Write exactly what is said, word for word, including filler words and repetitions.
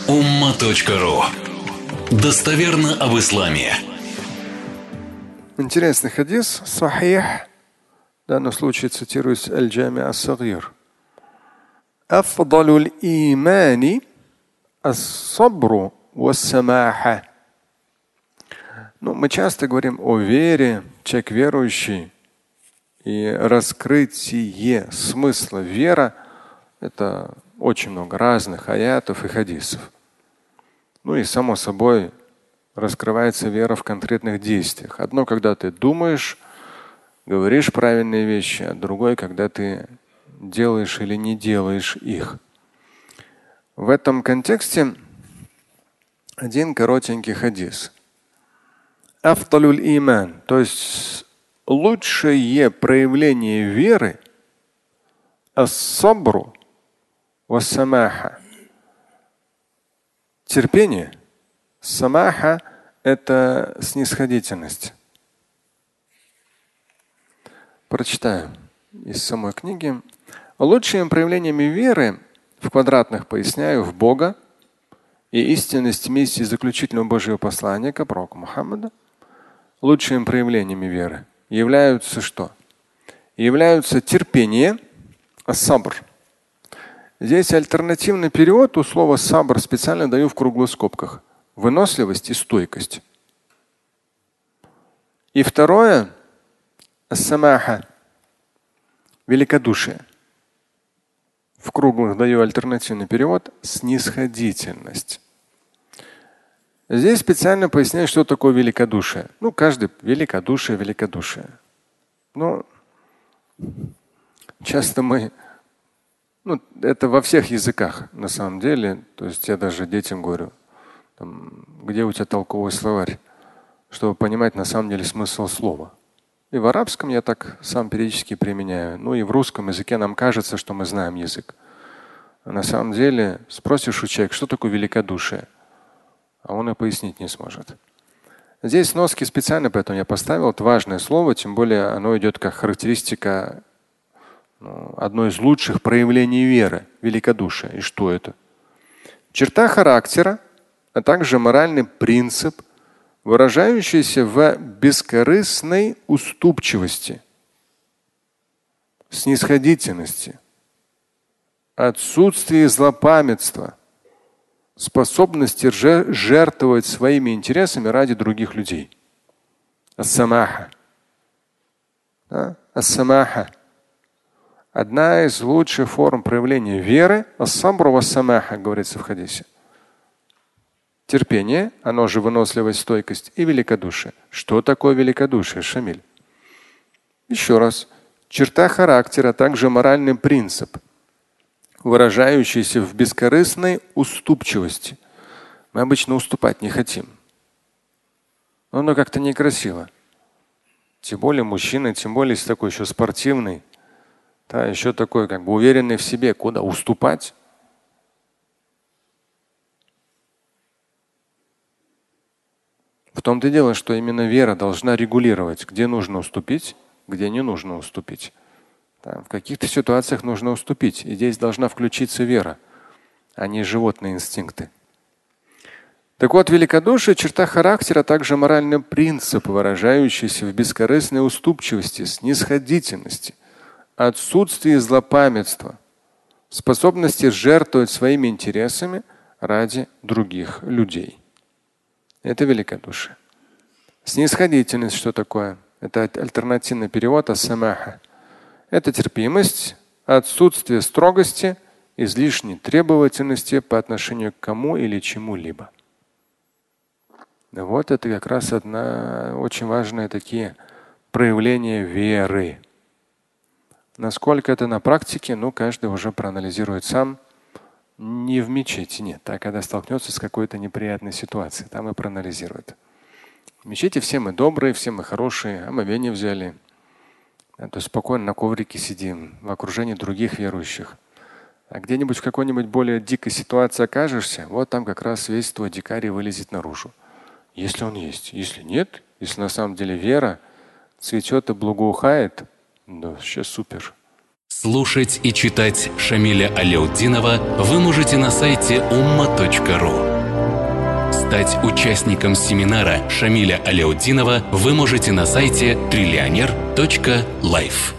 Умма.ру. Достоверно об исламе. Интересный хадис, сахих. В данном случае цитируется Аль-Джами ас-Сагир. Афдалуль имани ас-сабру ва-самаха. Ну, мы часто говорим о вере, человек верующий, и раскрытие смысла вера – это очень много разных аятов и хадисов. Ну и само собой раскрывается вера в конкретных действиях. Одно, когда ты думаешь, говоришь правильные вещи, а другое, когда ты делаешь или не делаешь их. В этом контексте один коротенький хадис. Афдалуль иман, то есть лучшее проявление веры ас-сабру ва-самаха. Терпение. Самаха – это снисходительность. Прочитаю из самой книги. Лучшими проявлениями веры, в квадратных поясняю, в Бога и истинность миссии заключительного Божьего посланника, пророка Мухаммада, лучшими проявлениями веры являются что? Являются терпение, ас-сабр. Здесь альтернативный перевод у слова сабр специально даю в круглых скобках. Выносливость и стойкость. И второе – ас-самаха. Великодушие. В круглых даю альтернативный перевод – снисходительность. Здесь специально поясняю, что такое великодушие. Ну, каждый великодушие, великодушие. Но часто мы Ну, это во всех языках на самом деле. То есть я даже детям говорю, там, где у тебя толковый словарь, чтобы понимать на самом деле смысл слова. И в арабском я так сам периодически применяю. Ну и в русском языке нам кажется, что мы знаем язык. А на самом деле спросишь у человека, что такое великодушие, а он и пояснить не сможет. Здесь носки специально поэтому я поставил. Это важное слово, тем более оно идет как характеристика одно из лучших проявлений веры – великодушие. И что это? Черта характера, а также моральный принцип, выражающийся в бескорыстной уступчивости, снисходительности, отсутствии злопамятства, способности жертвовать своими интересами ради других людей. Ас-самаха. Да? Ас-самаха. Одна из лучших форм проявления веры – ас-сабру ва-самаха, говорится в хадисе. Терпение, оно же выносливость, стойкость и великодушие. Что такое великодушие, Шамиль? Еще раз. Черта характера, а также моральный принцип, выражающийся в бескорыстной уступчивости. Мы обычно уступать не хотим. Но оно как-то некрасиво. Тем более мужчина, тем более если такой еще спортивный. Да, еще такой, как бы уверенный в себе, куда уступать. В том-то и дело, что именно вера должна регулировать, где нужно уступить, где не нужно уступить. Да, в каких-то ситуациях нужно уступить. И здесь должна включиться вера, а не животные инстинкты. Так вот, великодушие – черта характера, а также моральный принцип, выражающийся в бескорыстной уступчивости, снисходительности, отсутствии злопамятства, способности жертвовать своими интересами ради других людей. Это великодушие. Снисходительность что такое? Это альтернативный перевод ас-самаха. Это терпимость, отсутствие строгости, излишней требовательности по отношению к кому или чему-либо. Вот это как раз одна очень важные такие проявления веры. Насколько это на практике, ну, каждый уже проанализирует сам. Не в мечети, нет. А когда столкнется с какой-то неприятной ситуацией, там и проанализирует. В мечети все мы добрые, все мы хорошие, омовение взяли. Да, то есть спокойно на коврике сидим, в окружении других верующих. А где-нибудь в какой-нибудь более дикой ситуации окажешься, вот там как раз весь твой дикарь вылезет наружу. Если он есть. Если нет, если на самом деле вера цветет и благоухает, да, вообще супер. Слушать и читать Шамиля Аляутдинова вы можете на сайте умма точка ру. Стать участником семинара Шамиля Аляутдинова вы можете на сайте триллионер точка лайф.